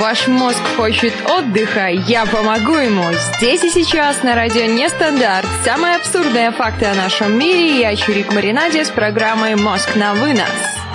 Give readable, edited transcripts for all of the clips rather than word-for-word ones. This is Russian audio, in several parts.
Ваш мозг хочет отдыха, я помогу ему. Здесь и сейчас на радио Нестандарт. Самые абсурдные факты о нашем мире. Я Чирик Маринаде с программой «Мозг на вынос».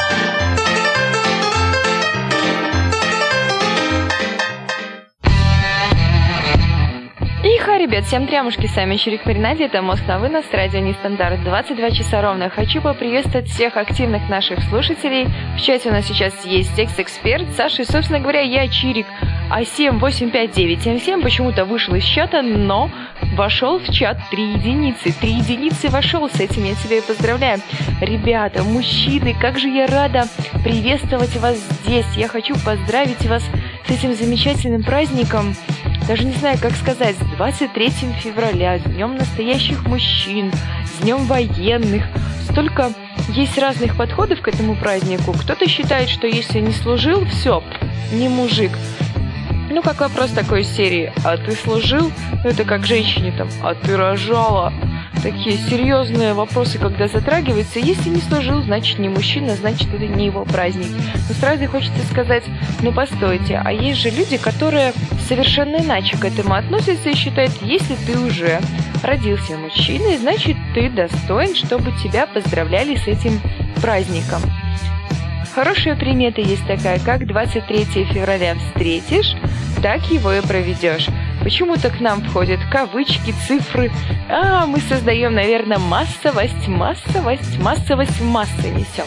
Ребят, всем трямушки, с вами Чирик Маринаде, это «Мозг на вынос», радио Нестандарт, 22 часа ровно. Хочу поприветствовать всех активных наших слушателей. В чате у нас сейчас есть секс-эксперт Саша, и, собственно говоря, я Чирик. А 78597 почему-то вышел из чата, но вошел в чат 3 единицы. 3 единицы вошел, с этим я тебя и поздравляю. Ребята, мужчины, как же я рада приветствовать вас здесь. Я хочу поздравить вас с этим замечательным праздником. Даже не знаю, как сказать, с 23 февраля, с Днем настоящих мужчин, с Днем военных. Столько есть разных подходов к этому празднику. Кто-то считает, что если не служил, все, не мужик. Ну, как вопрос такой серии: а ты служил? Это как женщине там: а ты рожала? Такие серьезные вопросы, когда затрагиваются. Если не служил, значит не мужчина, значит это не его праздник. Но сразу хочется сказать: ну постойте, а есть же люди, которые совершенно иначе к этому относятся и считают, если ты уже родился мужчиной, значит ты достоин, чтобы тебя поздравляли с этим праздником. Хорошая примета есть такая: как 23 февраля встретишь, так его и проведешь. Почему-то к нам входят кавычки, цифры. Мы создаем, наверное, массовость в массы несем.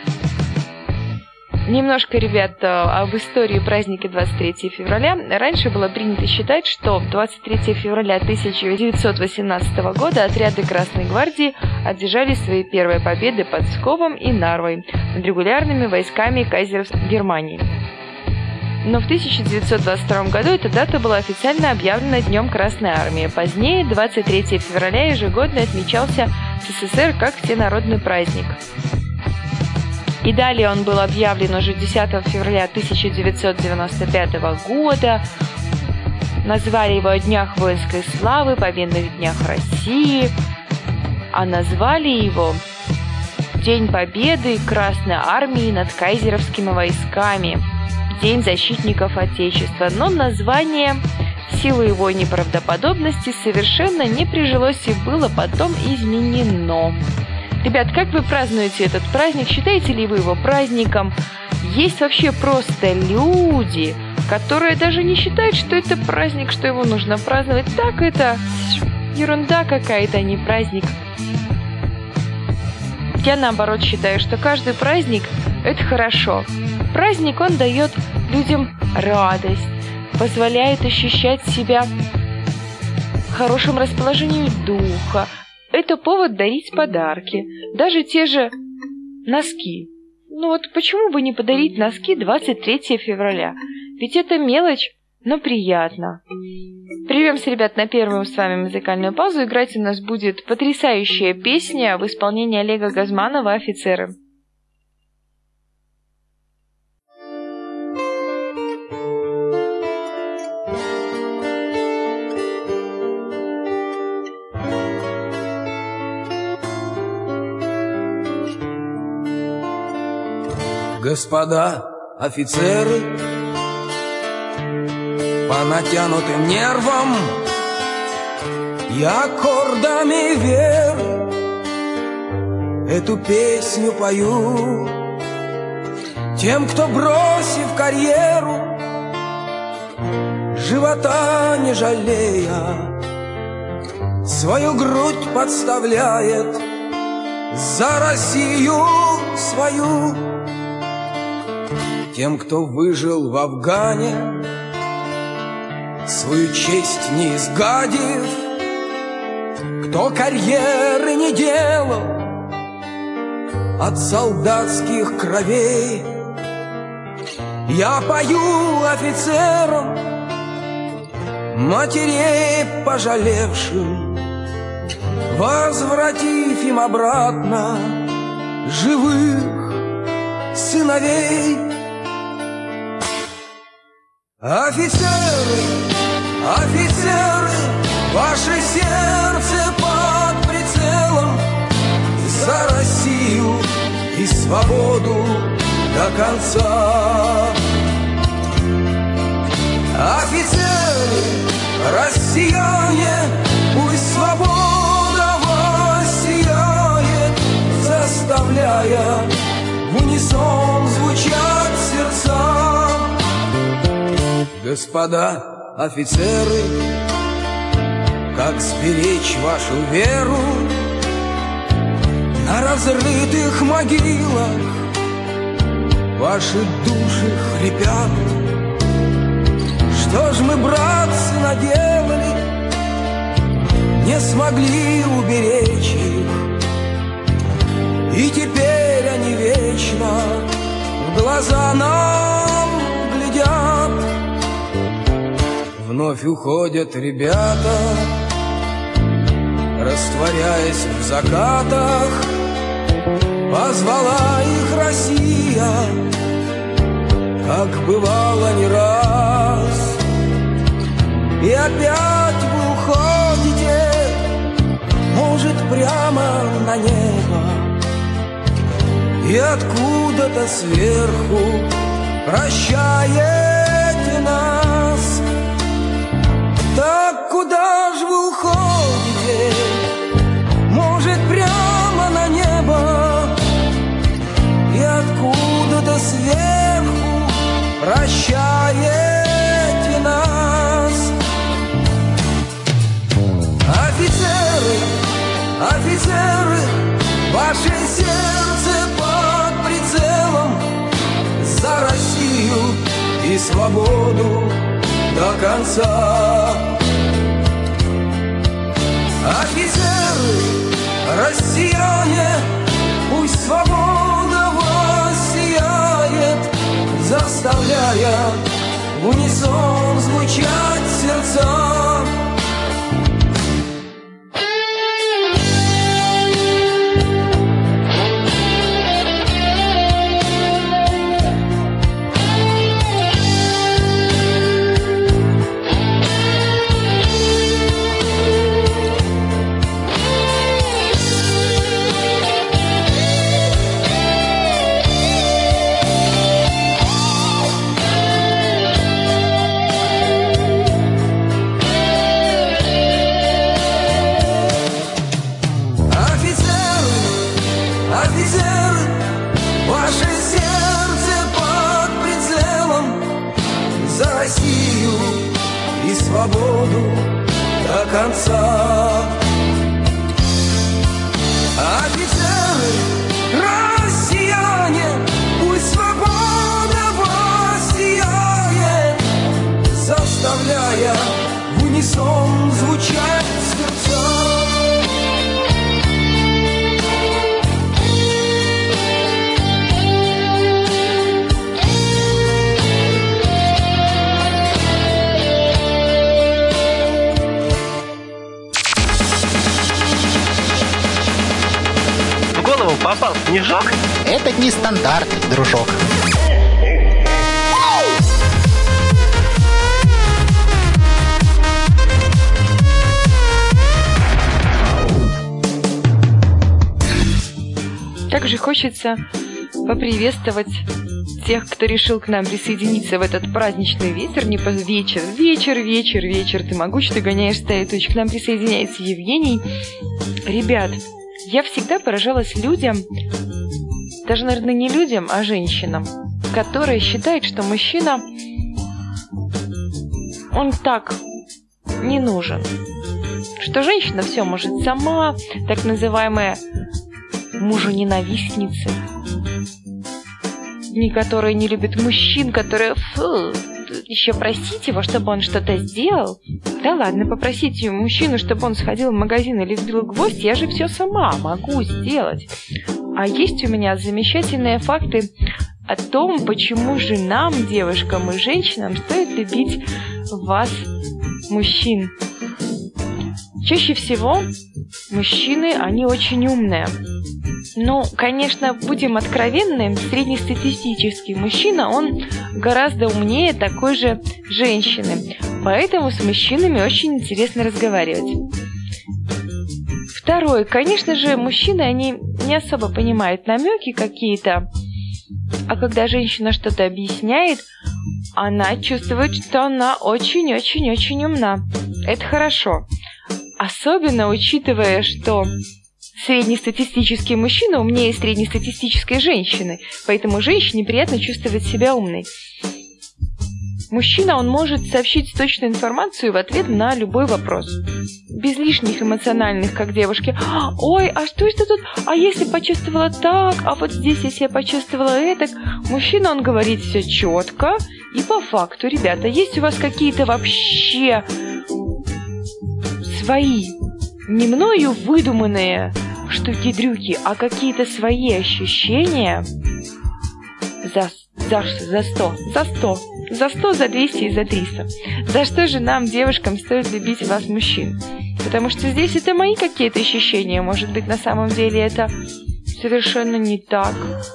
Немножко, ребята, об истории праздника 23 февраля. Раньше было принято считать, что 23 февраля 1918 года отряды Красной гвардии одержали свои первые победы под Псковом и Нарвой над регулярными войсками кайзеровской Германии. Но в 1922 году эта дата была официально объявлена Днем Красной Армии. Позднее, 23 февраля, ежегодно отмечался в СССР как всенародный праздник. И далее он был объявлен уже 10 февраля 1995 года. Назвали его о Днях воинской славы, победных днях России. А назвали его День Победы Красной Армии над кайзеровскими войсками. День защитников Отечества. Но название в силу его неправдоподобности совершенно не прижилось и было потом изменено. Ребят, как вы празднуете этот праздник? Считаете ли вы его праздником? Есть вообще просто люди, которые даже не считают, что это праздник, что его нужно праздновать. Так, это ерунда какая-то, а не праздник. Я, наоборот, считаю, что каждый праздник – это хорошо. Праздник, он дает людям радость, позволяет ощущать себя в хорошем расположении духа. Это повод дарить подарки, даже те же носки. Ну вот почему бы не подарить носки 23 февраля? Ведь это мелочь, но приятно. Прервемся, ребят, на первую с вами музыкальную паузу. Играть у нас будет потрясающая песня в исполнении Олега Газманова «Офицеры». Господа офицеры, по натянутым нервам и аккордами веры эту песню пою тем, кто, бросив карьеру, живота не жалея, свою грудь подставляет за Россию свою. Тем, кто выжил в Афгане, свою честь не изгадив, кто карьеры не делал от солдатских кровей. Я пою офицерам, матерей пожалевшим, возвратив им обратно живых сыновей. Офицеры, офицеры, ваше сердце под прицелом, за Россию и свободу до конца. россияне, пусть свобода воссияет, заставляя в унисон звучать сердца. Господа офицеры, как сберечь вашу веру на разрытых могилах? Ваши души хрипят. Что ж мы, братцы, наделали, не смогли уберечь их, и теперь они вечно в глаза нам глядят. Вновь уходят ребята, растворяясь в закатах. Позвала их Россия, как бывало не раз. И опять вы уходите, может, прямо на небо, и откуда-то сверху прощаете нас. Так куда ж вы уходите? Может, прямо на небо, и откуда-то сверху прощаете нас. Офицеры, офицеры, ваше сердце под прицелом, за Россию и свободу до конца. Офицеры, россияне, пусть свобода воссияет, заставляя в унисон звучать сердца. Свободу до конца. Офицеры, россияне, пусть свобода воссияет, заставляя в унисон звучать сердца. Попал снежок? Это не стандарт, дружок. Также хочется поприветствовать тех, кто решил к нам присоединиться в этот праздничный вечер. Вечер, ты могуч, ты гоняешь стаю туч. К нам присоединяется Евгений. Ребят, я всегда поражалась людям, даже, наверное, не людям, а женщинам, которые считают, что мужчина, он так не нужен. Что женщина все может сама, так называемая мужененавистницы, которые не любят мужчин, которые, еще просить его, чтобы он что-то сделал. Да ладно, попросите мужчину, чтобы он сходил в магазин или вбил гвоздь, я же все сама могу сделать. А есть у меня замечательные факты о том, почему же нам, девушкам и женщинам, стоит любить вас, мужчин. Чаще всего мужчины, они очень умные. Ну, конечно, будем откровенны, среднестатистический мужчина, он гораздо умнее такой же женщины. Поэтому с мужчинами очень интересно разговаривать. Второе. Конечно же, мужчины, они не особо понимают намеки какие-то. А когда женщина что-то объясняет, она чувствует, что она очень-очень-очень умна. Это хорошо. Особенно учитывая, что среднестатистический мужчина умнее среднестатистической женщины, поэтому женщине приятно чувствовать себя умной. Мужчина, он может сообщить точную информацию в ответ на любой вопрос. Без лишних эмоциональных, как девушки. Ой, а что это тут? А если почувствовала так? А вот здесь, если я почувствовала это? Мужчина, он говорит все четко и по факту. Ребята, есть у вас какие-то вообще свои, не мною выдуманные штуки-дрюки, а какие-то свои ощущения? За 100, за 200 и за 300. За что же нам, девушкам, стоит любить вас, мужчин? Потому что здесь это мои какие-то ощущения. Может быть, на самом деле это совершенно не так.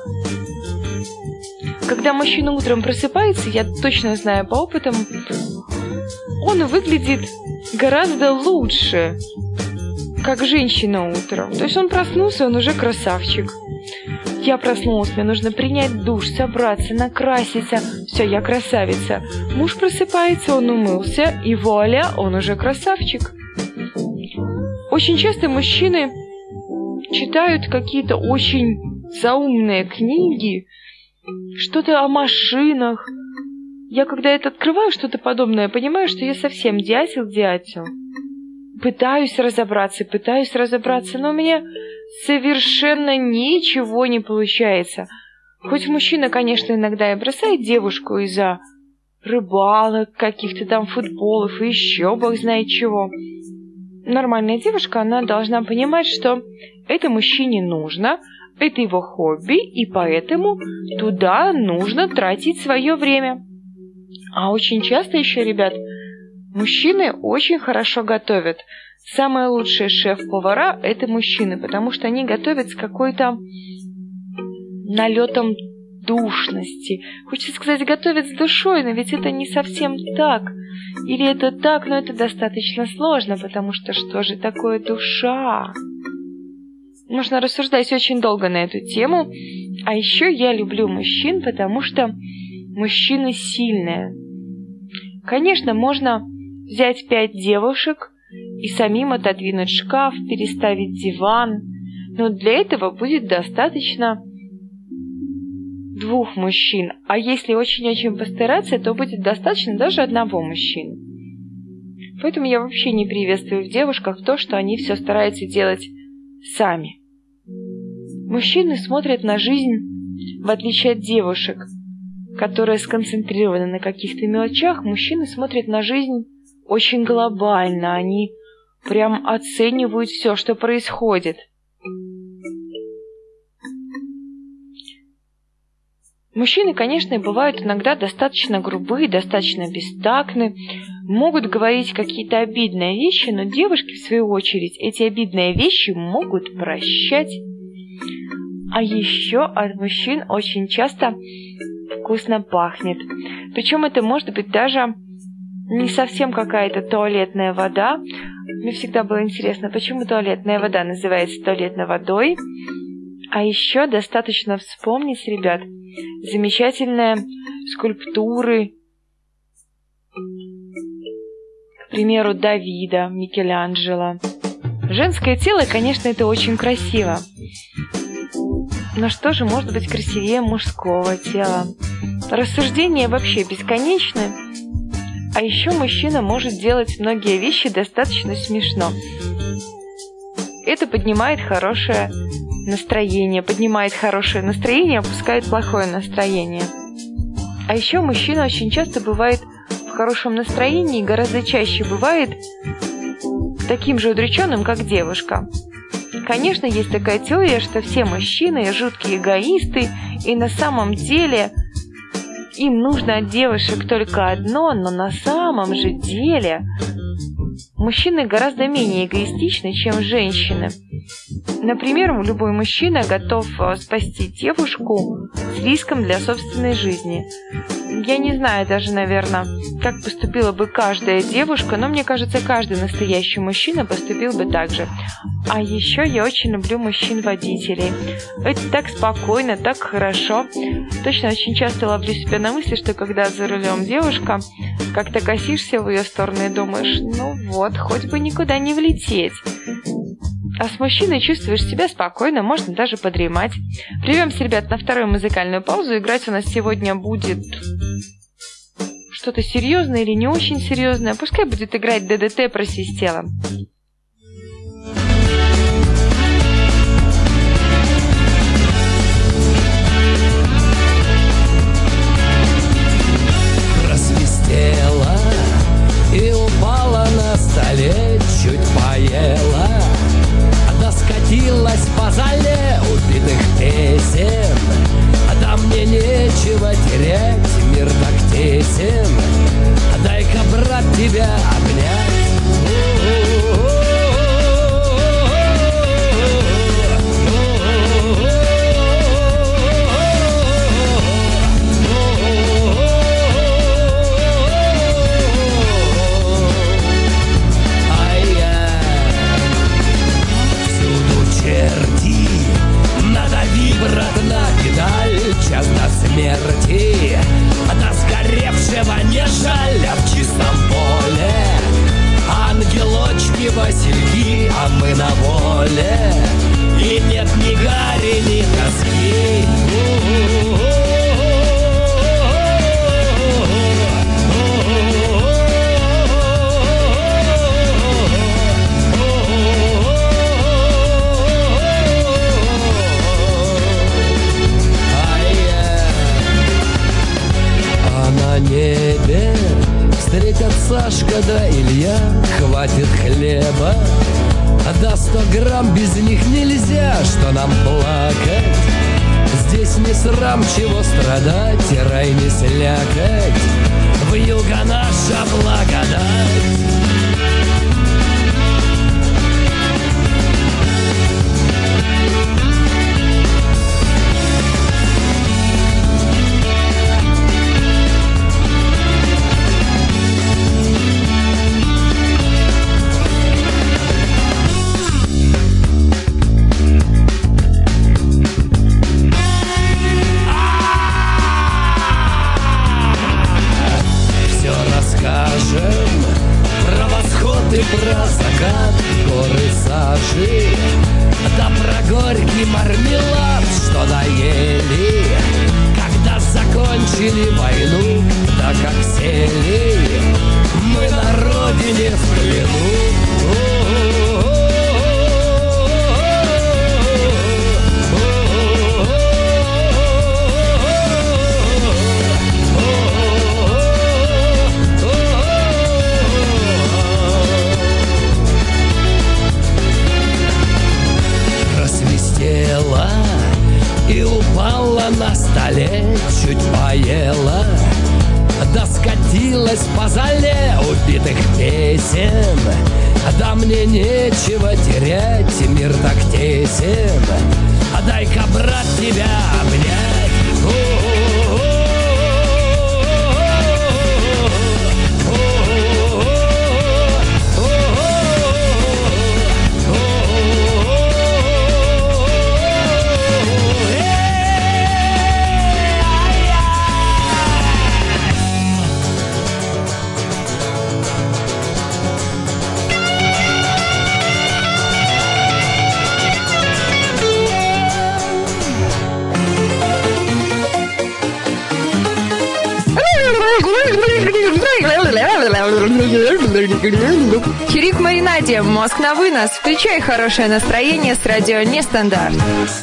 Когда мужчина утром просыпается, я точно знаю по опытам, он выглядит гораздо лучше, как женщина утром. То есть он проснулся, он уже красавчик. Я проснулась, мне нужно принять душ, собраться, накраситься. Все, я красавица. Муж просыпается, он умылся, и вуаля, он уже красавчик. Очень часто мужчины читают какие-то очень заумные книги, что-то о машинах. Я когда это открываю, что-то подобное, понимаю, что я совсем дятел. Пытаюсь разобраться, но у меня совершенно ничего не получается. Хоть мужчина, конечно, иногда и бросает девушку из-за рыбалок, каких-то там футболов и еще бог знает чего. Нормальная девушка, она должна понимать, что это мужчине нужно, это его хобби, и поэтому туда нужно тратить свое время. А очень часто еще, ребят, мужчины очень хорошо готовят. Самые лучшие шеф-повара – это мужчины, потому что они готовят с какой-то налетом душности. Хочется сказать, готовят с душой, но ведь это не совсем так. Или это так, но это достаточно сложно, потому что что же такое душа? Можно рассуждать очень долго на эту тему. А еще я люблю мужчин, потому что мужчины сильные. Конечно, можно взять 5 девушек и самим отодвинуть шкаф, переставить диван, но для этого будет достаточно 2 мужчин, а если очень-очень постараться, то будет достаточно даже 1 мужчины. Поэтому я вообще не приветствую в девушках то, что они все стараются делать сами. Мужчины смотрят на жизнь, в отличие от девушек, которые сконцентрированы на каких-то мелочах. Мужчины смотрят на жизнь очень глобально, они прям оценивают все, что происходит. Мужчины, конечно, бывают иногда достаточно грубые, достаточно бестактны, могут говорить какие-то обидные вещи, но девушки, в свою очередь, эти обидные вещи могут прощать. А еще от мужчин очень часто вкусно пахнет. Причем это может быть даже не совсем какая-то туалетная вода. Мне всегда было интересно, почему туалетная вода называется туалетной водой. А еще достаточно вспомнить, ребят, замечательные скульптуры, к примеру, Давида, Микеланджело. Женское тело, конечно, это очень красиво. Но что же может быть красивее мужского тела? Рассуждения вообще бесконечны. А еще мужчина может делать многие вещи достаточно смешно. Это поднимает хорошее настроение. Поднимает хорошее настроение, опускает плохое настроение. А еще мужчина очень часто бывает в хорошем настроении и гораздо чаще бывает таким же удрученным, как девушка. Конечно, есть такая теория, что все мужчины жуткие эгоисты, и на самом деле им нужно от девушек только одно, но на самом же деле мужчины гораздо менее эгоистичны, чем женщины. Например, любой мужчина готов спасти девушку с риском для собственной жизни. Я не знаю даже, наверное, как поступила бы каждая девушка, но мне кажется, каждый настоящий мужчина поступил бы так же. А еще я очень люблю мужчин-водителей. Это так спокойно, так хорошо. Точно очень часто ловлю себя на мысли, что когда за рулем девушка, как-то косишься в ее сторону и думаешь, ну вот, хоть бы никуда не влететь. А с мужчиной чувствуешь себя спокойно, можно даже подремать. Прервемся, ребят, на вторую музыкальную паузу. Играть у нас сегодня будет что-то серьезное или не очень серьезное. Пускай будет играть ДДТ «Просвистело». Просвистела и упала на столе, чуть поела. Скатилась по зале убитых песен. А там мне нечего терять, мир так тесен. Дай-ка, брат, тебя обнять. Надави, брат, на педаль, час до смерти. До сгоревшего не жаль, а в чистом поле ангелочки, васильки, а мы на воле. И нет ни гари, ни тоски. На небе встретят Сашка да Илья. Хватит хлеба, до 100 грамм без них нельзя. Что нам плакать? Здесь не срам, чего страдать, и рай не слякоть. Вьюга наша благодать. Про закат, горы сажи, да про горький мармелад, что доели, когда закончили войну, да как сели мы на родине в плену. И упала на столе, чуть поела, да скатилась по зале убитых песен. Да мне нечего терять, мир так тесен. А дай-ка, брат, тебя обнять. Чирик Маринаде, мозг на вынос. Включай хорошее настроение с радио Нестандарт.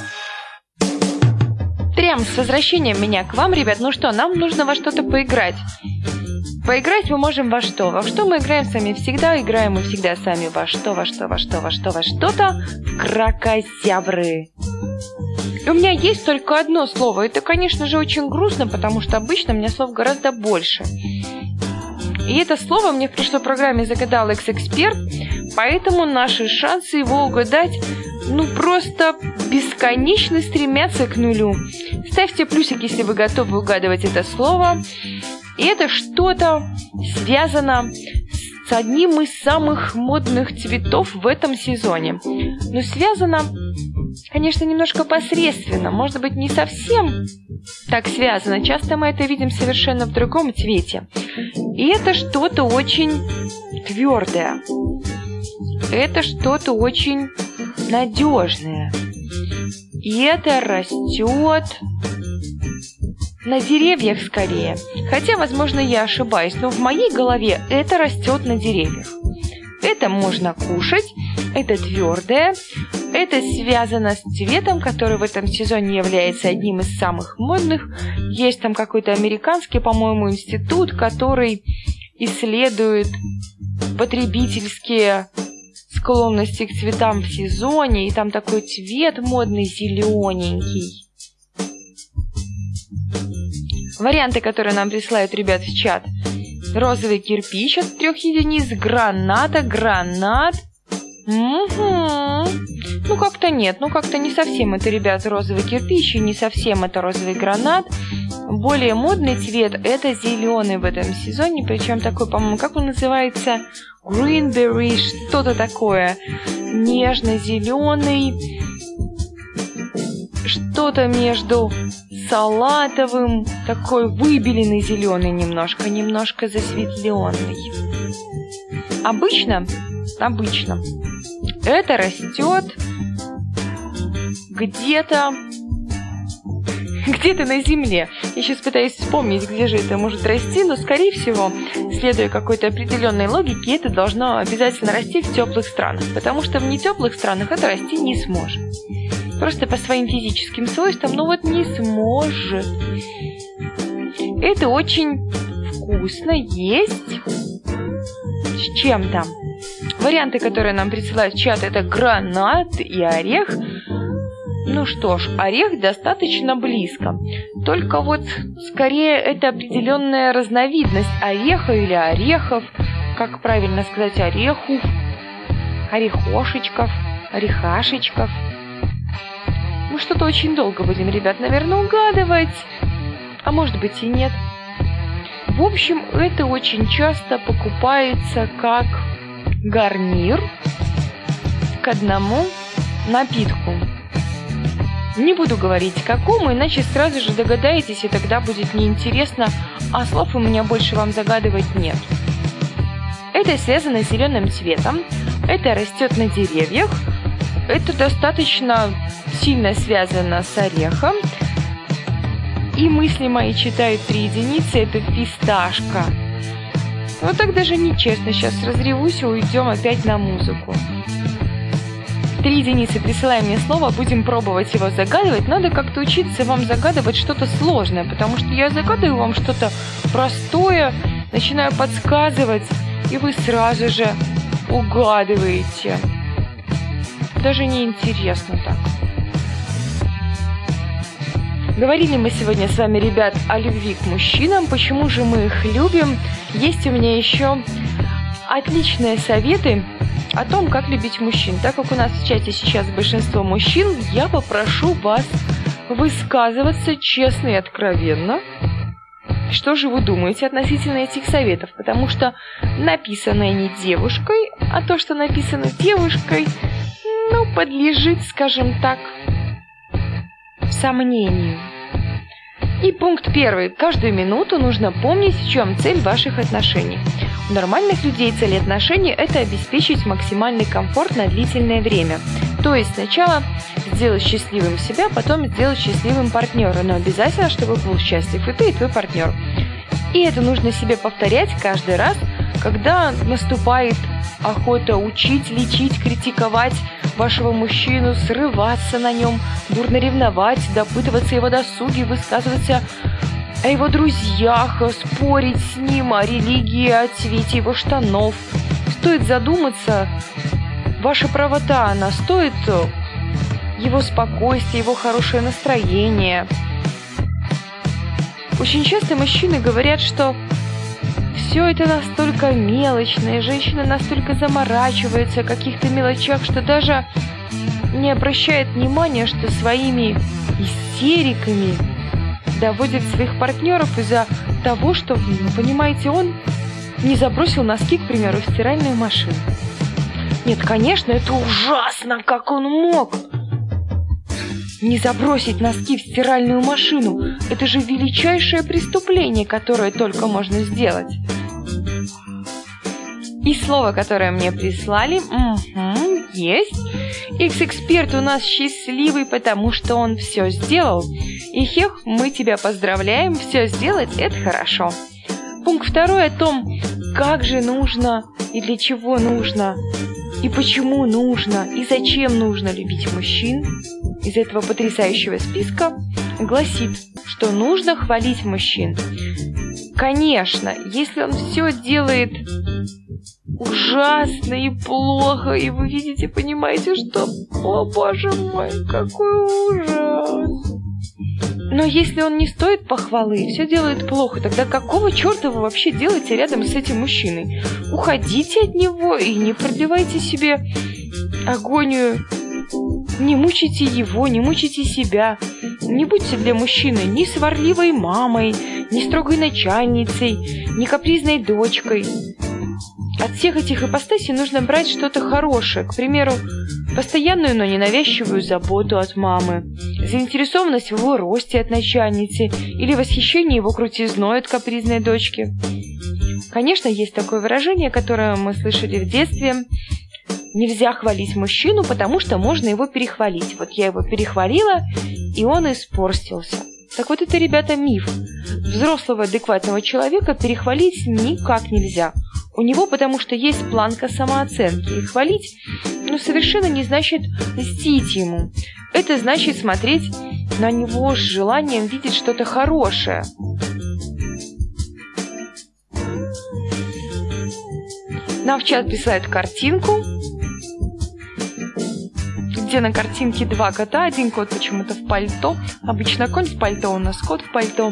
Прям с возвращением меня к вам, ребят. Ну что, нам нужно во что-то поиграть. Поиграть мы можем во что? Во что мы играем сами всегда? Играем мы всегда сами во что-то. В кракозябры. У меня есть только одно слово. Это, конечно же, очень грустно, потому что обычно у меня слов гораздо больше. И это слово мне в прошлой программе загадал экс-эксперт, поэтому наши шансы его угадать просто бесконечно стремятся к нулю. Ставьте плюсик, если вы готовы угадывать это слово. И это что-то связано с одним из самых модных цветов в этом сезоне. Но связано, конечно, немножко посредственно. Может быть, не совсем так связано. Часто мы это видим совершенно в другом цвете. И это что-то очень твердое. Это что-то очень надежное. И это растет на деревьях скорее. Хотя, возможно, я ошибаюсь, но в моей голове это растет на деревьях. Это можно кушать, это твердое, это связано с цветом, который в этом сезоне является одним из самых модных. Есть там какой-то американский, по-моему, институт, который исследует потребительские склонности к цветам в сезоне, и там такой цвет модный, зелененький. Варианты, которые нам присылают ребят в чат. Розовый кирпич от 3 единиц, граната, гранат. Как-то нет, как-то не совсем это, ребят, розовый кирпич, и не совсем это розовый гранат. Более модный цвет это зеленый в этом сезоне, причем такой, по-моему, как он называется? Greenberry, что-то такое. Нежно-зеленый. Что-то между салатовым, такой выбеленный зеленый немножко засветленный. Обычно это растет где-то на земле. Я сейчас пытаюсь вспомнить, где же это может расти, но, скорее всего, следуя какой-то определенной логике, это должно обязательно расти в теплых странах, потому что в нетеплых странах это расти не сможет. Просто по своим физическим свойствам, не сможет. Это очень вкусно есть. С чем там? Варианты, которые нам присылают в чат, это гранат и орех. Орех достаточно близко. Только скорее это определенная разновидность ореха или орехов. Как правильно сказать, орехов, орехошечков, орехашечков. Мы что-то очень долго будем, ребят, наверное, угадывать. А может быть и нет. В общем, это очень часто покупается как гарнир к одному напитку. Не буду говорить какому, иначе сразу же догадаетесь, и тогда будет неинтересно, а слов у меня больше вам загадывать нет. Это связано с зеленым цветом, это растет на деревьях, это достаточно сильно связано с орехом. И мысли мои читают 3 единицы, это фисташка. Так даже нечестно, сейчас разревусь и уйдем опять на музыку. 3 единицы, присылай мне слово, будем пробовать его загадывать. Надо как-то учиться вам загадывать что-то сложное, потому что я загадываю вам что-то простое, начинаю подсказывать, и вы сразу же угадываете. Даже не интересно так. Говорили мы сегодня с вами, ребят, о любви к мужчинам. Почему же мы их любим? Есть у меня еще отличные советы о том, как любить мужчин. Так как у нас в чате сейчас большинство мужчин, я попрошу вас высказываться честно и откровенно. Что же вы думаете относительно этих советов? Потому что написанное не девушкой, а то, что написано девушкой, подлежит, скажем так, сомнению. И пункт 1. Каждую минуту нужно помнить, в чем цель ваших отношений. У нормальных людей цель отношений – это обеспечить максимальный комфорт на длительное время. То есть сначала сделать счастливым себя, потом сделать счастливым партнера. Но обязательно, чтобы был счастлив и ты, и твой партнер. И это нужно себе повторять каждый раз, когда наступает охота учить, лечить, критиковать вашего мужчину, срываться на нем, дурно ревновать, допытываться его досуги, высказываться о его друзьях, спорить с ним о религии, о цвете его штанов. Стоит задуматься, ваша правота, она стоит его спокойствие, его хорошее настроение. Очень часто мужчины говорят, что все это настолько мелочно, и женщина настолько заморачивается о каких-то мелочах, что даже не обращает внимания, что своими истериками доводит своих партнеров из-за того, что, понимаете, он не забросил носки, к примеру, в стиральную машину. Нет, конечно, это ужасно, как он мог не забросить носки в стиральную машину. Это же величайшее преступление, которое только можно сделать. И слово, которое мне прислали, есть. X-эксперт у нас счастливый, потому что он все сделал. И хех, мы тебя поздравляем, все сделать – это хорошо. Пункт 2 о том, как же нужно и для чего нужно, и почему нужно, и зачем нужно любить мужчин, из этого потрясающего списка гласит, что нужно хвалить мужчин. Конечно, если он все делает ужасно и плохо, и вы видите, понимаете, что, о боже мой, какой ужас. Но если он не стоит похвалы и все делает плохо, тогда какого черта вы вообще делаете рядом с этим мужчиной? Уходите от него и не продлевайте себе агонию. Не мучайте его, не мучайте себя. Не будьте для мужчины ни сварливой мамой, ни строгой начальницей, ни капризной дочкой. От всех этих ипостасей нужно брать что-то хорошее. К примеру, постоянную, но ненавязчивую заботу от мамы, заинтересованность в его росте от начальницы или восхищение его крутизной от капризной дочки. Конечно, есть такое выражение, которое мы слышали в детстве. Нельзя хвалить мужчину, потому что можно его перехвалить. Вот я его перехвалила, и он испортился. Так вот это, ребята, миф. Взрослого адекватного человека перехвалить никак нельзя. У него потому что есть планка самооценки. И хвалить, совершенно не значит льстить ему. Это значит смотреть на него с желанием видеть что-то хорошее. Нам в чат присылают картинку, где на картинке 2 кота, один кот почему-то в пальто. Обычно конь в пальто, у нас кот в пальто.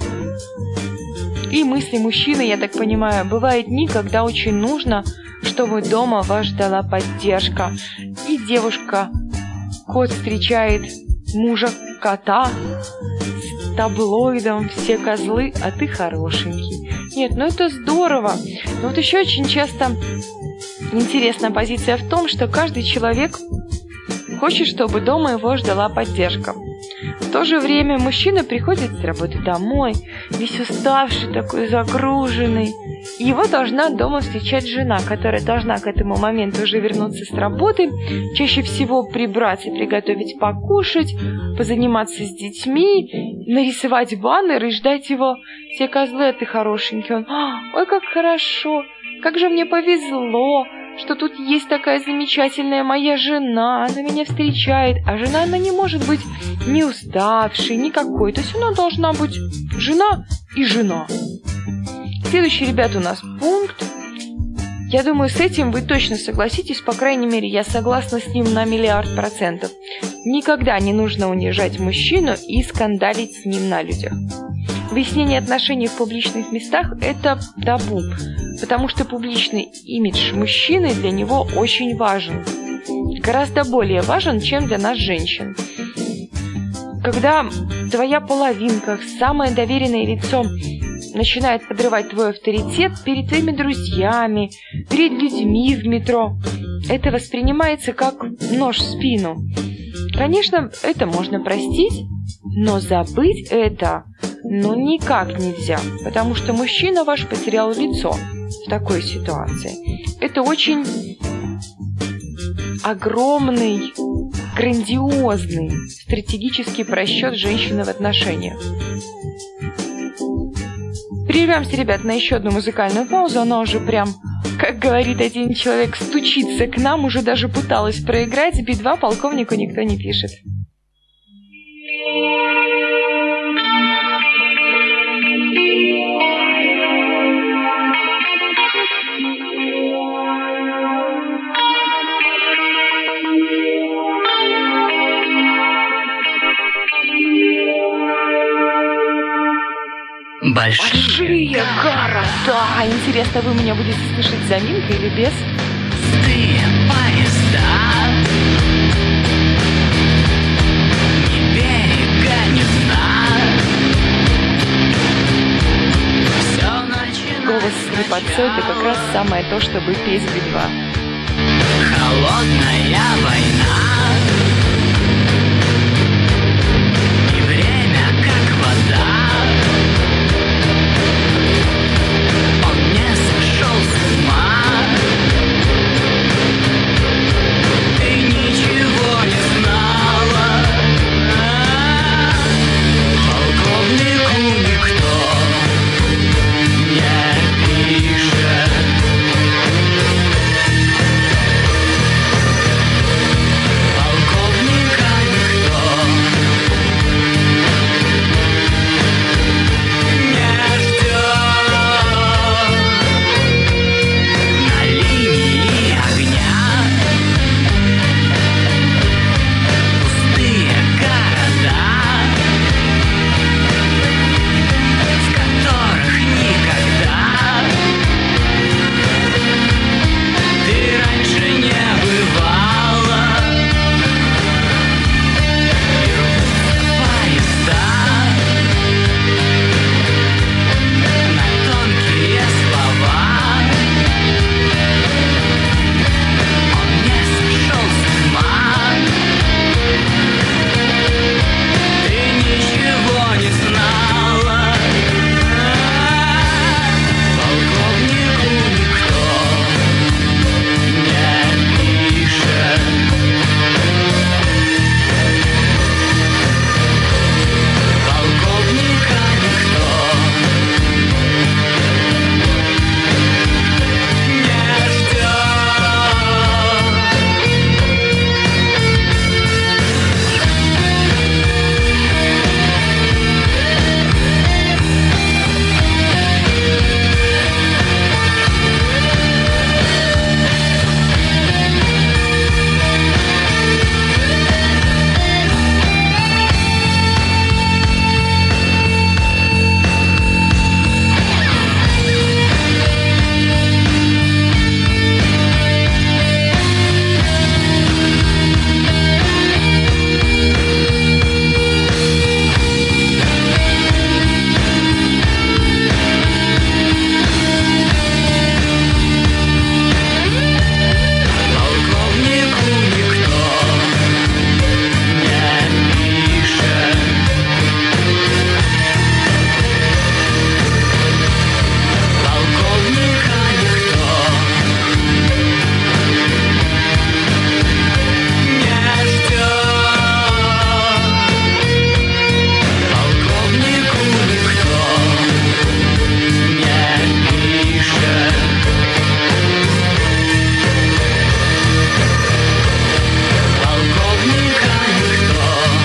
И мысли мужчины, я так понимаю, бывает никогда очень нужно, чтобы дома вас ждала поддержка. И девушка, кот встречает мужа кота с таблоидом, все козлы, а ты хорошенький. Нет, это здорово. Но вот еще очень часто интересная позиция в том, что каждый человек хочет, чтобы дома его ждала поддержка. В то же время мужчина приходит с работы домой, весь уставший, такой загруженный. Его должна дома встречать жена, которая должна к этому моменту уже вернуться с работы, чаще всего прибраться, приготовить покушать, позаниматься с детьми, нарисовать баннер и ждать его. Все козлы, а ты хорошенький. Он: ой, как хорошо, как же мне повезло, что тут есть такая замечательная моя жена, она меня встречает. А жена, она не может быть ни уставшей, никакой. То есть она должна быть жена и жена. Следующий, ребята, у нас пункт. Я думаю, с этим вы точно согласитесь, по крайней мере, я согласна с ним на 1,000,000%. Никогда не нужно унижать мужчину и скандалить с ним на людях. Выяснение отношений в публичных местах – это табу, потому что публичный имидж мужчины для него очень важен. Гораздо более важен, чем для нас, женщин. Когда твоя половинка, самое доверенное лицо, начинает подрывать твой авторитет перед твоими друзьями, перед людьми в метро, это воспринимается как нож в спину. Конечно, это можно простить, но забыть это никак нельзя, потому что мужчина ваш потерял лицо в такой ситуации. Это очень огромный, грандиозный стратегический просчет женщины в отношениях. Прервемся, ребят, на еще одну музыкальную паузу. Она уже прям, как говорит один человек, стучится к нам, уже даже пыталась проиграть. Би-2 полковнику никто не пишет. Большие города. Интересно, вы меня будете слышать с заминкой или без? Пустые поезда скрипотцой, это как раз самое то, чтобы петь Би-2. Холодная война, и время как вода. Он не сошел с ума, ты ничего не знала. Полковнику никто не пишет. Полковника никто не ждет. На линии огня пустые города, в которых никогда ты раньше не бывала. И рвутся поезда на тонкие слова. Он не сошел с ума, ты ничего не знала. Полковнику никто не пишет. Полковника никто не ждет. Полковнику никто не пишет. Полковника никто не ждет. Полковнику никто не пишет. Полковника никто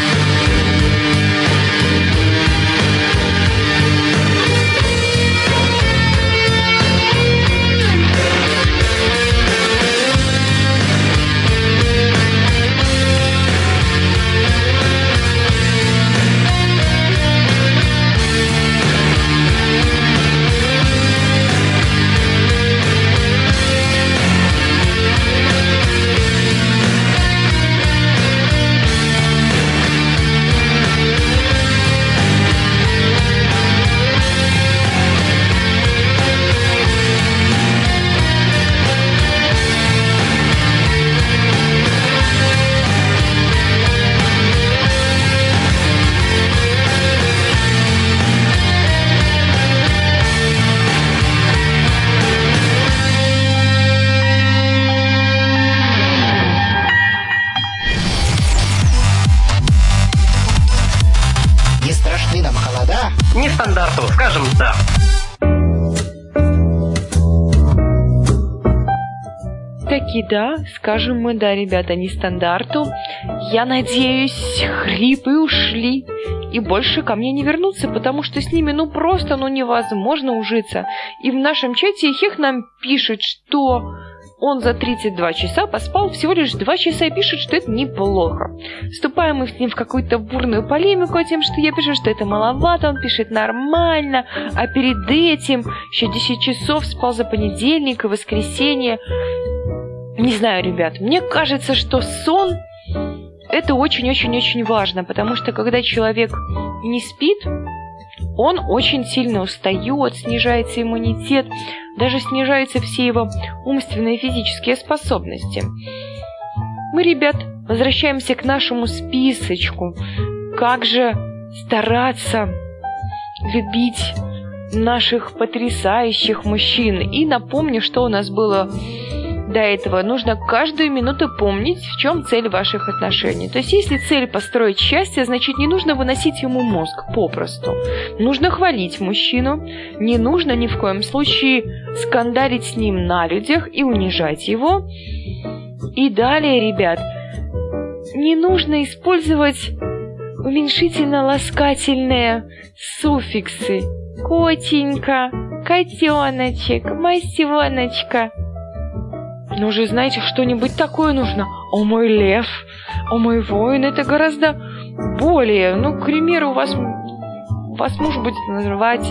Не страшны нам холода. Нестандарту, скажем да. Таки да, скажем мы да, ребята, не стандарту. Я надеюсь, хрипы ушли и больше ко мне не вернутся, потому что с ними просто невозможно ужиться. И в нашем чате Хех нам пишет, что он за 32 часа поспал всего лишь 2 часа и пишет, что это неплохо. Вступаем мы с ним в какую-то бурную полемику о том, что я пишу, что это маловато, он пишет нормально, а перед этим еще 10 часов спал за понедельник и воскресенье. Не знаю, ребят, мне кажется, что сон это очень-очень-очень важно, потому что когда человек не спит, он очень сильно устает, снижается иммунитет, даже снижаются все его умственные и физические способности. Мы, ребят, возвращаемся к нашему списочку. Как же стараться любить наших потрясающих мужчин. И напомню, что у нас было до этого. Нужно каждую минуту помнить, в чем цель ваших отношений. То есть, если цель построить счастье, значит, не нужно выносить ему мозг попросту. Нужно хвалить мужчину. Не нужно ни в коем случае скандалить с ним на людях и унижать его. И далее, ребят, не нужно использовать уменьшительно-ласкательные суффиксы. Котенька, котеночек, масеночка. Ну же, знаете, что-нибудь такое нужно. О мой лев, о мой воин. Это гораздо более. Ну, к примеру, вас муж будет называть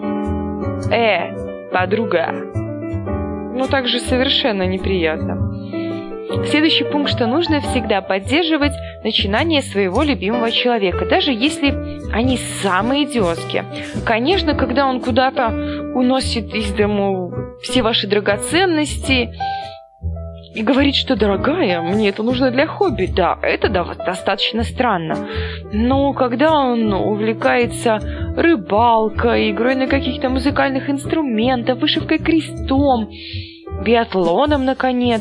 подруга. Ну, так же совершенно неприятно. Следующий пункт, что нужно всегда поддерживать начинание своего любимого человека, даже если они самые идиотские. Конечно, когда он куда-то уносит из дому все ваши драгоценности и говорит, что, дорогая, мне это нужно для хобби, да, это достаточно странно. Но когда он увлекается рыбалкой, игрой на каких-то музыкальных инструментах, вышивкой крестом, биатлоном, наконец,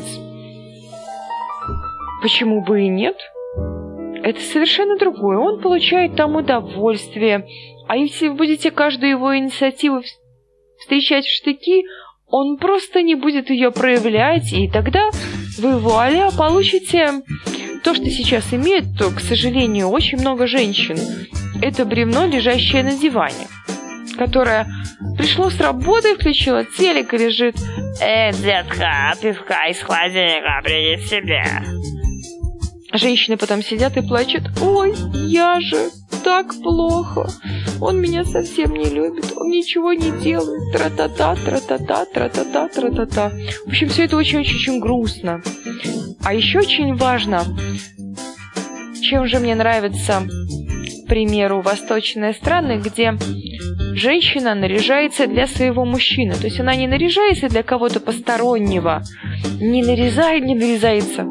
почему бы и нет? Это совершенно другое. Он получает там удовольствие. А если вы будете каждую его инициативу встречать в штыки, он просто не будет ее проявлять, и тогда вы, вуаля, получите то, что сейчас имеет, то, к сожалению, очень много женщин. Это бревно, лежащее на диване, которое пришло с работы, включило телек и лежит: детка, пивка из холодильника принеси себе. Женщины потом сидят и плачут: ой, я же так плохо, он меня совсем не любит, он ничего не делает, тра-та-та, тра-та-та, тра-та-та, тра-та-та. В общем, все это очень-очень грустно. А еще очень важно, чем же мне нравится, к примеру, восточные страны, где женщина наряжается для своего мужчины. То есть она не наряжается для кого-то постороннего, не нарезается.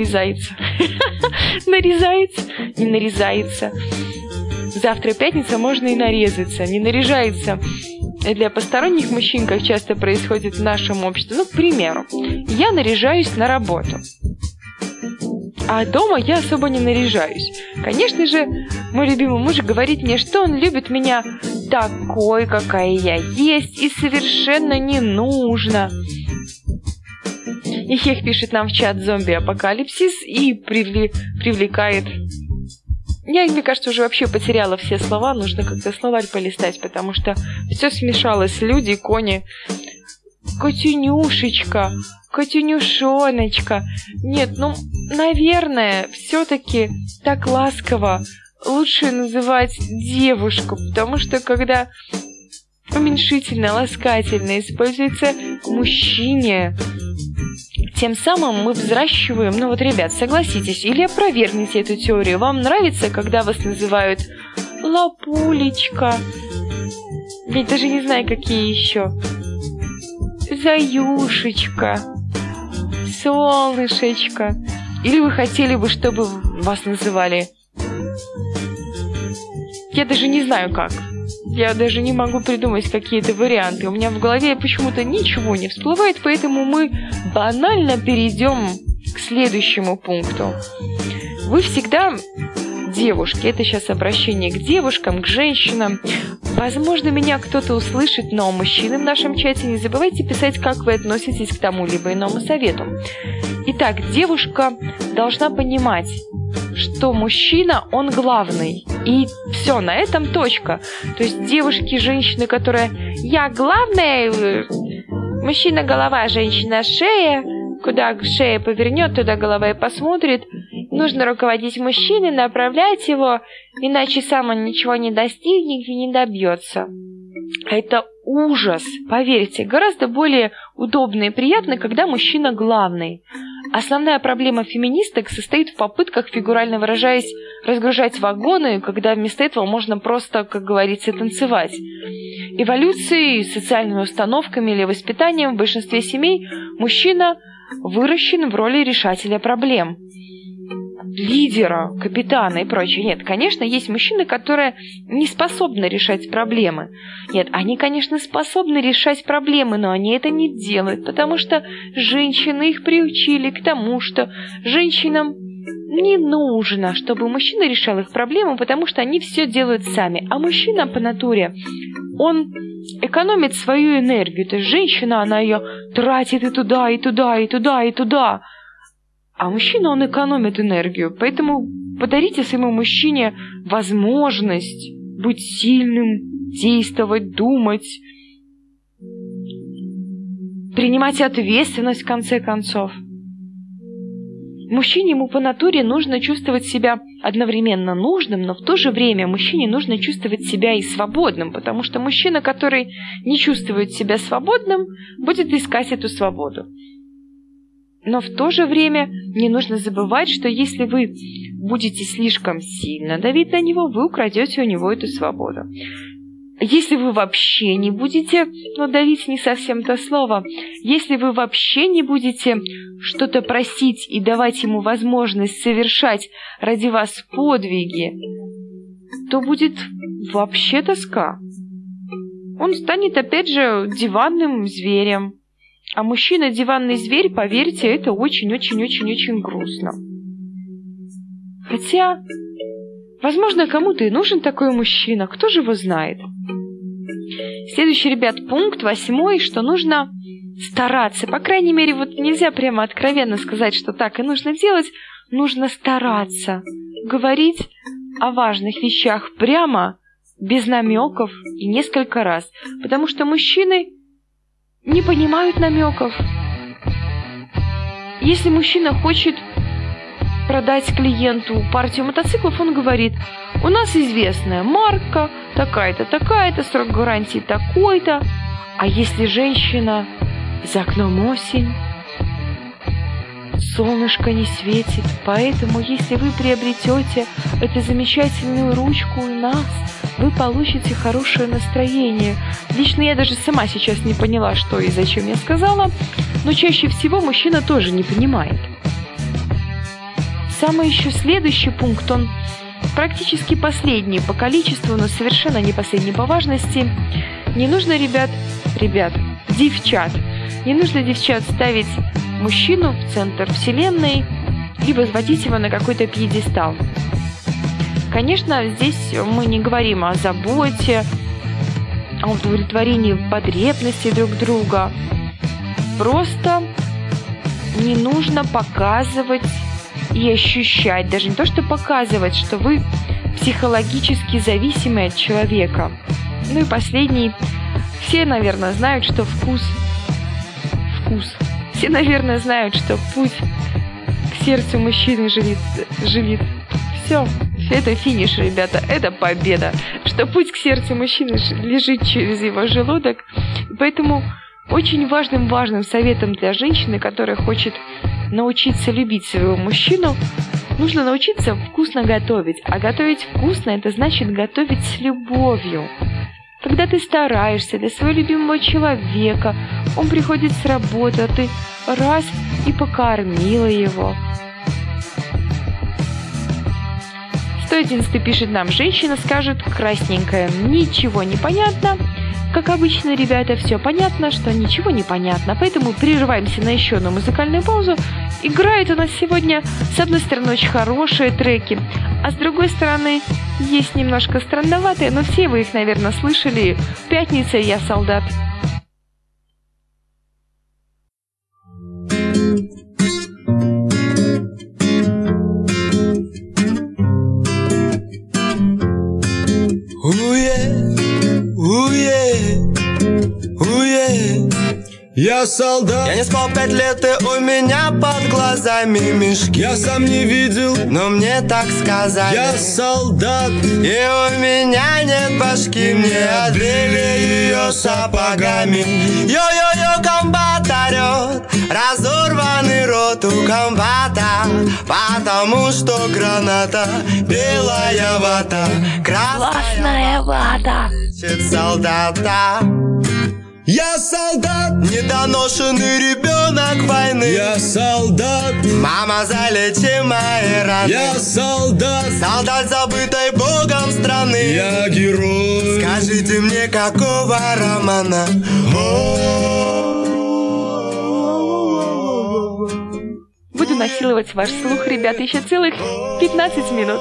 Завтра пятница, можно и нарезаться. Не наряжается для посторонних мужчин, как часто происходит в нашем обществе. Ну, к примеру, я наряжаюсь на работу, а дома я особо не наряжаюсь. Конечно же, мой любимый муж говорит мне, что он любит меня такой, какая я есть, и совершенно не нужно. И Хех пишет нам в чат «Зомби-апокалипсис» и привлекает... Я, мне кажется, уже вообще потеряла все слова. Нужно как-то словарь полистать, потому что все смешалось. Люди, кони, котенюшечка, котенюшоночка. Нет, ну, наверное, все-таки так ласково лучше называть девушку, потому что когда уменьшительно, ласкательно используется к мужчине, тем самым мы взращиваем... Ну вот, ребят, согласитесь или опровергните эту теорию. Вам нравится, когда вас называют лапулечка? Я даже не знаю, какие еще. Заюшечка, солнышечко. Или вы хотели бы, чтобы вас называли... Я даже не знаю как. Я даже не могу придумать какие-то варианты. У меня в голове почему-то ничего не всплывает, поэтому мы банально перейдем к следующему пункту. Вы всегда, девушки, это сейчас обращение к девушкам, к женщинам. Возможно, меня кто-то услышит, но мужчины в нашем чате, не забывайте писать, как вы относитесь к тому либо иному совету. Итак, девушка должна понимать, что мужчина, он главный. И все, на этом точка. То есть девушки, женщины, которые «я главная», мужчина голова, женщина шея, куда шея повернет, туда голова и посмотрит. Нужно руководить мужчиной, направлять его, иначе сам он ничего не достигнет и не добьется. Это ужас, поверьте. Гораздо более удобно и приятно, когда мужчина главный. Основная проблема феминисток состоит в попытках, фигурально выражаясь, разгружать вагоны, когда вместо этого можно просто, как говорится, танцевать. Эволюцией, социальными установками или воспитанием в большинстве семей мужчина выращен в роли решателя проблем. Лидера, капитана и прочее. Нет, конечно, есть мужчины, которые не способны решать проблемы. Нет, они, конечно, способны решать проблемы, но они это не делают, потому что женщины их приучили к тому, что женщинам не нужно, чтобы мужчина решал их проблемы, потому что они все делают сами. А мужчина по натуре, он экономит свою энергию. То есть женщина, она ее тратит и туда, и туда, и туда, и туда. А мужчина, он экономит энергию. Поэтому подарите своему мужчине возможность быть сильным, действовать, думать, принимать ответственность в конце концов. Мужчине, ему по натуре нужно чувствовать себя одновременно нужным, но в то же время мужчине нужно чувствовать себя и свободным, потому что мужчина, который не чувствует себя свободным, будет искать эту свободу. Но в то же время не нужно забывать, что если вы будете слишком сильно давить на него, вы украдете у него эту свободу. Если вы вообще не будете, давить не совсем то слово, если вы вообще не будете что-то просить и давать ему возможность совершать ради вас подвиги, то будет вообще тоска. Он станет, опять же, диванным зверем. А мужчина, диванный зверь, поверьте, это очень-очень-очень-очень грустно. Хотя, возможно, кому-то и нужен такой мужчина, кто же его знает. Следующий, ребят, пункт 8, что нужно стараться. По крайней мере, вот нельзя прямо откровенно сказать, что так и нужно делать. Нужно стараться говорить о важных вещах прямо, без намеков и несколько раз. Потому что мужчины не понимают намеков. Если мужчина хочет продать клиенту партию мотоциклов, он говорит: у нас известная марка, такая-то, такая-то, срок гарантии такой-то. А если женщина, за окном осень, солнышко не светит, поэтому если вы приобретете эту замечательную ручку у нас, вы получите хорошее настроение. Лично я даже сама сейчас не поняла, что и зачем я сказала, но чаще всего мужчина тоже не понимает. Самый еще следующий пункт, он практически последний по количеству, но совершенно не последний по важности. Не нужно, девчат, не нужно, девчат, ставить мужчину в центр вселенной и возводить его на какой-то пьедестал. Конечно, здесь мы не говорим о заботе, о удовлетворении потребностей друг друга. Просто не нужно показывать и ощущать, даже не то, что показывать, что вы психологически зависимы от человека. Ну и последний. Все, наверное, знают, что Все, наверное, знают, что путь к сердцу мужчины жилит. Все, это финиш, ребята, это победа. Что путь к сердцу мужчины лежит через его желудок. Поэтому очень важным советом для женщины, которая хочет научиться любить своего мужчину, нужно научиться вкусно готовить. А готовить вкусно – это значит готовить с любовью. Когда ты стараешься для своего любимого человека, он приходит с работы, а ты раз и покормила его. 111 пишет нам: женщина скажет красненькая: ничего не понятно. Как обычно, ребята, все понятно, что ничего не понятно. Поэтому прерываемся на еще одну музыкальную паузу. Играют у нас сегодня, с одной стороны, очень хорошие треки, а с другой стороны, есть немножко странноватые, но все вы их, наверное, слышали. «Пятница, я солдат». Я солдат. Я не спал 5 лет, и у меня под глазами мешки. Я сам не видел, но мне так сказали. Я солдат. И у меня нет башки, мне отбили ее сапогами. Йо-йо-йо, комбат орет, разорванный роту комбата, потому что граната, белая вата, красная вата, солдата. Я солдат, недоношенный ребенок войны. я солдат, Мама, залечи мои раны. я солдат, Солдат, забытой Богом страны. я герой. Скажите мне, какого романа? Буду насиловать ваш слух, ребят, еще целых 15 минут.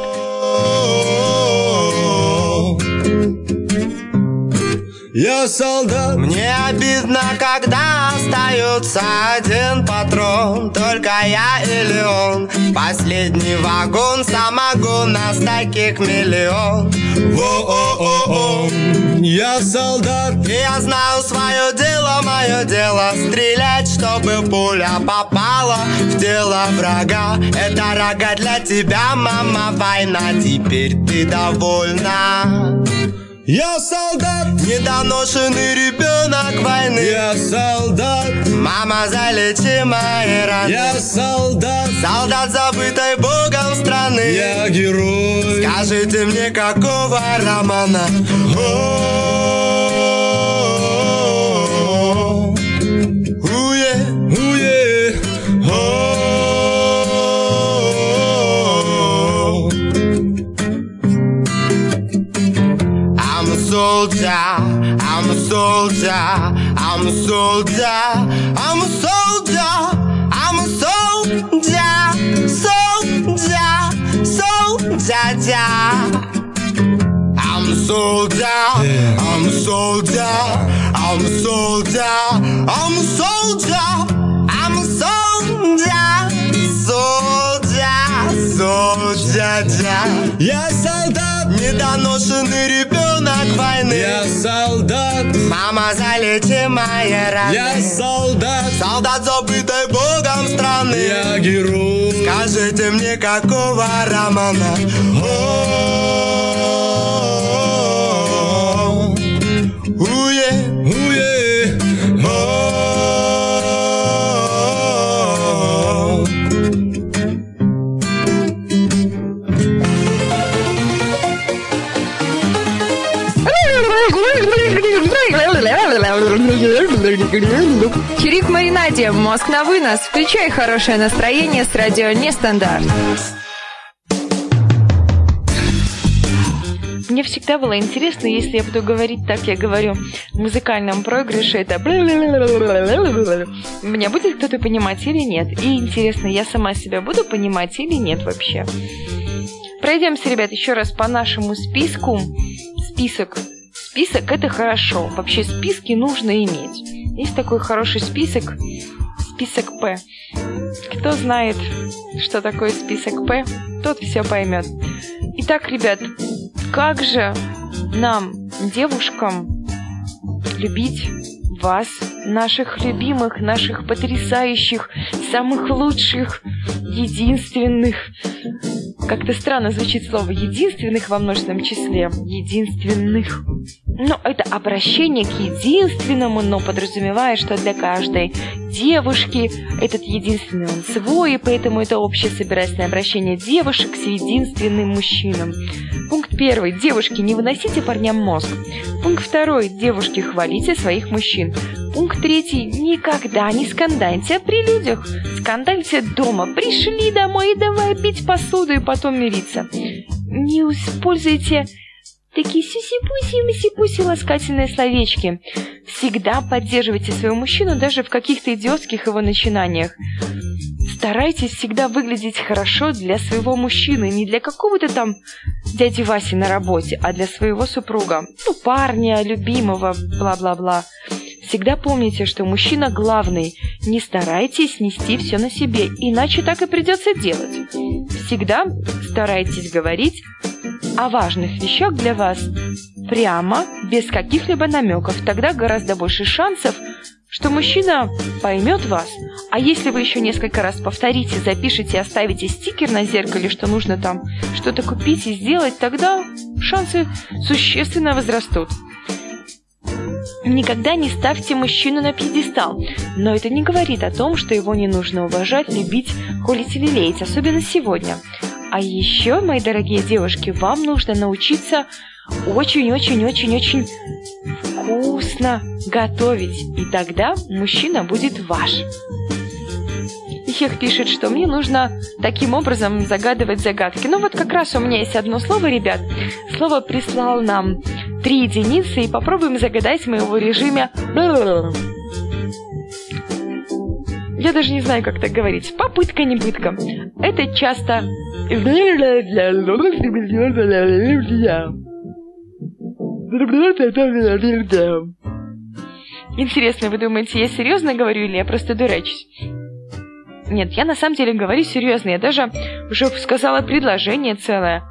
Я солдат, Мне обидно, когда остается один патрон. Только я или он. Последний вагон, самогон, нас таких миллион. Во-о-о-о. я солдат, И я знаю свое дело, мое дело стрелять, чтобы пуля попала в тело врага. Это рога для тебя, мама, война. Теперь ты довольна. я солдат, Недоношенный ребенок войны. я солдат, Мама, залечи мои раны. я солдат, Солдат, забытой Богом страны. я герой. Скажите мне, какого романа? Уе, Уе, I'm a soldier, I'm a soldier, I'm a soldier, I'm a soldier, I'm a soldier, soldier, soldier. I'm a soldier, I'm a soldier, I'm a soldier, I'm a soldier, I'm a soldier, soldier, soldier. я солдат, Недоношенный ребенок войны. я солдат, Мама, залечи мои раны. я солдат, Солдат, забытой Богом страны. я герой. Скажите мне, какого романа? Уе, Уе, Чирик в маринаде, мозг на вынос. Включай хорошее настроение с радио Нестандарт. Мне всегда было интересно, если я буду говорить так, я говорю, в музыкальном проигрыше это меня будет кто-то понимать или нет. И интересно, я сама себя буду понимать или нет вообще. Пройдемся, ребят, еще раз по нашему списку. Список – это хорошо. Вообще списки нужно иметь. Есть такой хороший список. Список П. Кто знает, что такое список П, тот все поймет. Итак, ребят, как же нам, девушкам, любить вас, наших любимых, наших потрясающих, самых лучших, единственных. Как-то странно звучит слово «единственных» во множественном числе. Единственных. Ну, это обращение к единственному, но подразумевая, что для каждой девушки этот единственный он свой, и поэтому это общее собирательное обращение девушек с единственным мужчинам. Пункт 1. Девушки, не выносите парням мозг. Пункт 2. Девушки, хвалите своих мужчин. Пункт 3. Никогда не скандальте при людях. Скандальте дома. Пришли домой и давай пить посуду и потом мириться. Не используйте такие сюси-пуси, ласкательные словечки. Всегда поддерживайте своего мужчину даже в каких-то идиотских его начинаниях. Старайтесь всегда выглядеть хорошо для своего мужчины, не для какого-то там дяди Васи на работе, а для своего супруга. Ну, парня, любимого, бла-бла-бла. Всегда помните, что мужчина главный. Не старайтесь нести все на себе, иначе так и придется делать. Всегда старайтесь говорить о важных вещах для вас прямо, без каких-либо намеков. Тогда гораздо больше шансов, что мужчина поймет вас. А если вы еще несколько раз повторите, запишите, оставите стикер на зеркале, что нужно там что-то купить и сделать, тогда шансы существенно возрастут. Никогда не ставьте мужчину на пьедестал, но это не говорит о том, что его не нужно уважать, любить, холить или леять, особенно сегодня. А еще, мои дорогие девушки, вам нужно научиться очень-очень-очень-очень вкусно готовить, и тогда мужчина будет ваш. Ихех пишет, что мне нужно таким образом загадывать загадки. Ну вот как раз у меня есть одно слово, ребят. Слово прислал нам 3 единицы, и попробуем загадать мы его в режиме. Я даже не знаю, как так говорить. Попытка не пытка. Это часто... Интересно, вы думаете, я серьезно говорю или я просто дурачусь? Нет, я на самом деле говорю серьезно. Я даже уже сказала предложение целое.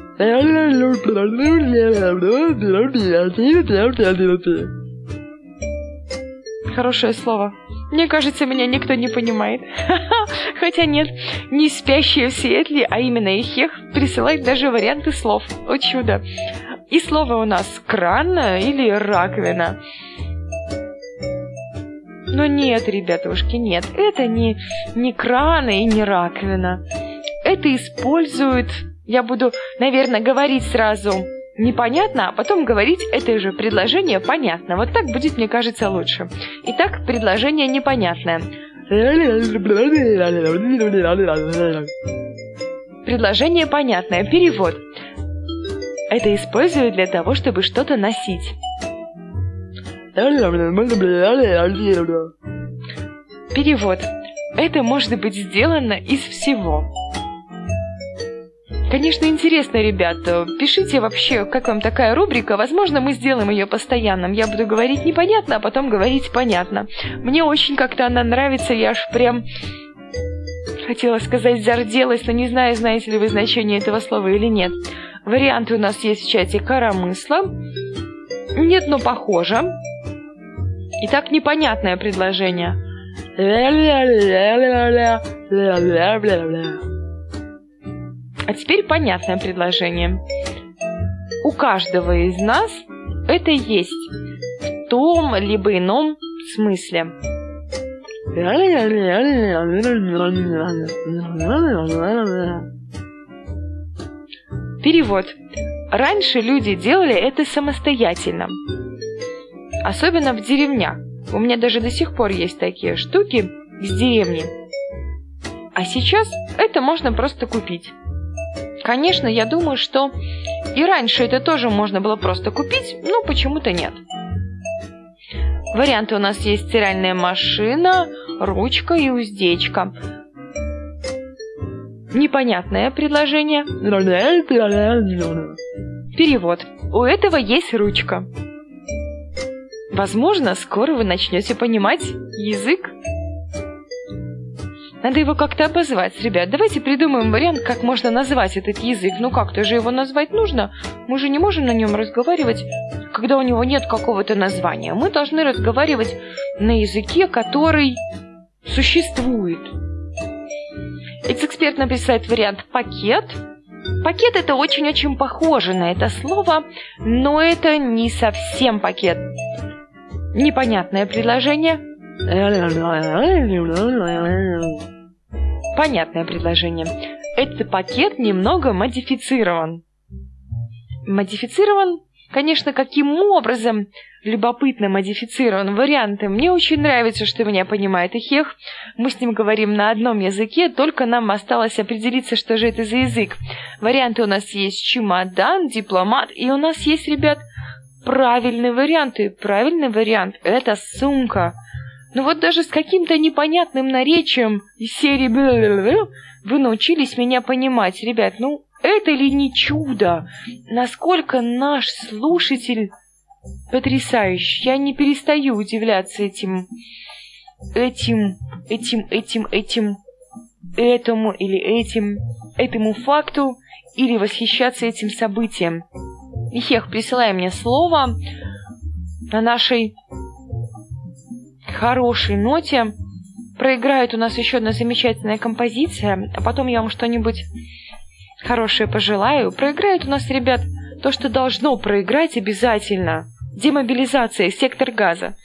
Хорошее слово. Мне кажется, меня никто не понимает. Хотя нет, не спящие в Сиэтле, а именно Ихех присылает даже варианты слов. О чудо. И слово у нас кран или раковина. Но нет, ребятушки, нет. Это не кран и не раковина. Это используют... Я буду, наверное, говорить сразу непонятно, а потом говорить это же предложение понятно. Вот так будет, мне кажется, лучше. Итак, предложение непонятное. Предложение понятное. Перевод. Это используют для того, чтобы что-то носить. Перевод. Это может быть сделано из всего. Конечно, интересно, ребят. Пишите вообще, как вам такая рубрика. Возможно, мы сделаем ее постоянным. Я буду говорить непонятно, а потом говорить понятно. Мне очень как-то она нравится. Я аж прям хотела сказать зарделась, но не знаю, знаете ли вы значение этого слова или нет. Варианты у нас есть в чате коромысла. Нет, но похоже. Итак, непонятное предложение. А теперь понятное предложение. У каждого из нас это есть в том либо ином смысле. Перевод. Раньше люди делали это самостоятельно. Особенно в деревнях. У меня даже до сих пор есть такие штуки из деревни. А сейчас это можно просто купить. Конечно, я думаю, что и раньше это тоже можно было просто купить, но почему-то нет. Варианты у нас есть: стиральная машина, ручка и уздечка. Непонятное предложение. Перевод. У этого есть ручка. Возможно, скоро вы начнете понимать язык. Надо его как-то обозвать, ребят. Давайте придумаем вариант, как можно назвать этот язык. Ну как-то же его назвать нужно. Мы же не можем на нем разговаривать, когда у него нет какого-то названия. Мы должны разговаривать на языке, который существует. Эксперт написает вариант «пакет». Пакет — это очень-очень похоже на это слово, но это не совсем пакет. Непонятное предложение. Понятное предложение. Этот пакет немного модифицирован. Модифицирован? Конечно, каким образом любопытно модифицирован варианты. Мне очень нравится, что меня понимает Ихех. Мы с ним говорим на одном языке, только нам осталось определиться, что же это за язык. Варианты у нас есть: чемодан, дипломат, и у нас есть, ребят, правильные варианты. Правильный вариант — это сумка. Ну вот даже с каким-то непонятным наречием из серии вы научились меня понимать. Ребят, ну это ли не чудо? Насколько наш слушатель потрясающий. Я не перестаю удивляться этому факту или восхищаться этим событием. Ихех, присылай мне слово на нашей хорошей ноте. Проиграет у нас еще одна замечательная композиция, а потом я вам что-нибудь хорошее пожелаю. Проиграет у нас, ребят, то, что должно проиграть обязательно. демобилизация, сектор газа.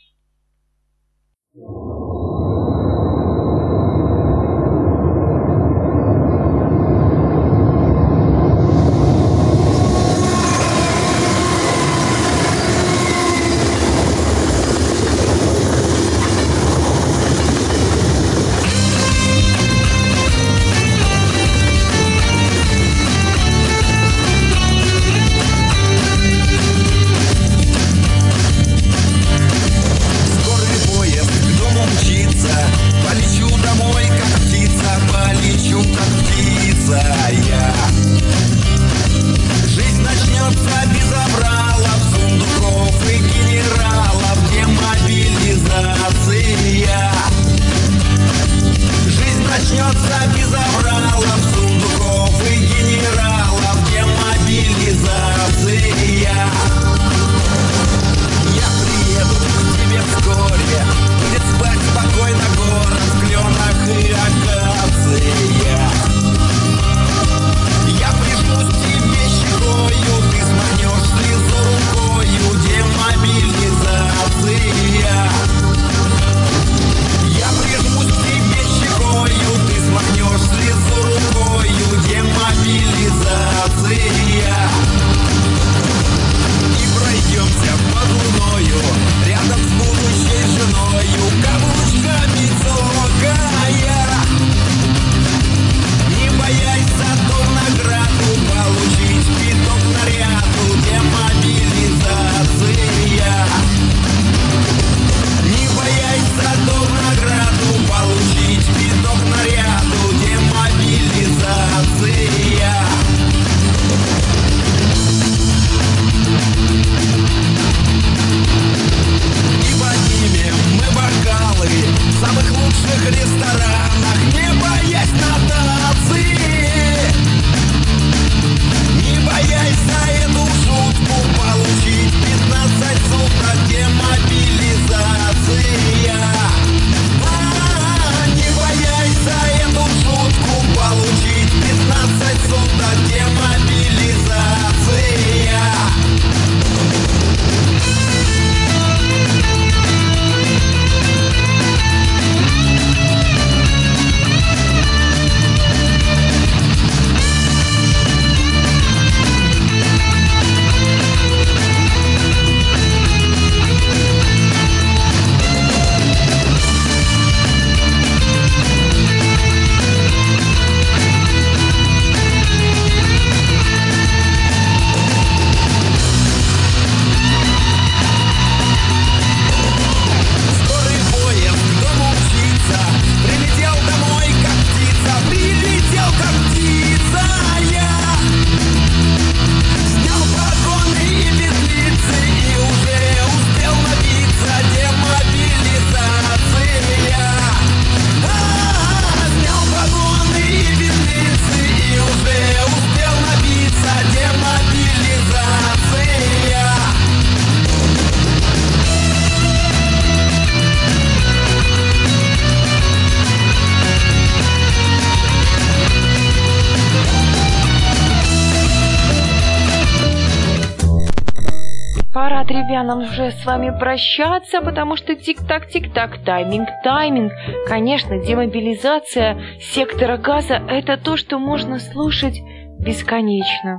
Пора, ребятам, уже с вами прощаться, потому что тик-так, тайминг. Конечно, демобилизация сектора газа – это то, что можно слушать бесконечно.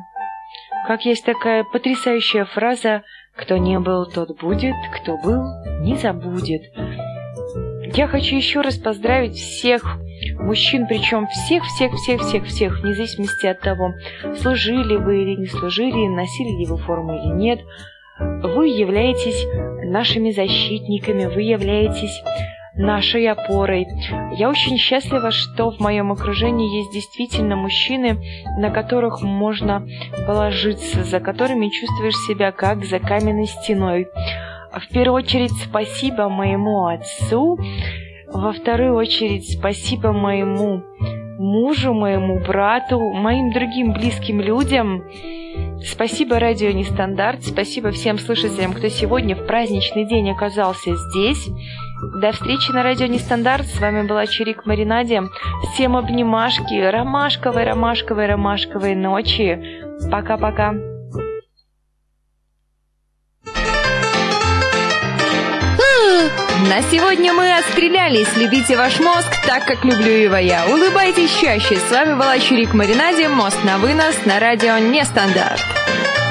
Как есть такая потрясающая фраза: «Кто не был, тот будет, кто был, не забудет». Я хочу еще раз поздравить всех мужчин, причем всех, вне зависимости от того, служили вы или не служили, носили ли вы форму или нет. Вы являетесь нашими защитниками, вы являетесь нашей опорой. Я очень счастлива, что в моем окружении есть действительно мужчины, на которых можно положиться, за которыми чувствуешь себя как за каменной стеной. В первую очередь спасибо моему отцу, во вторую очередь спасибо моему мужу, моему брату, моим другим близким людям. Спасибо Радио Нестандарт, спасибо всем слушателям, кто сегодня в праздничный день оказался здесь. До встречи на Радио Нестандарт. С вами была Чирик Маринаде. Всем обнимашки, ромашковой ночи. Пока-пока. На сегодня мы отстрелялись. Любите ваш мозг так, как люблю его я. Улыбайтесь чаще. С вами была Чирик Маринаде. Мост на вынос на радио Нестандарт.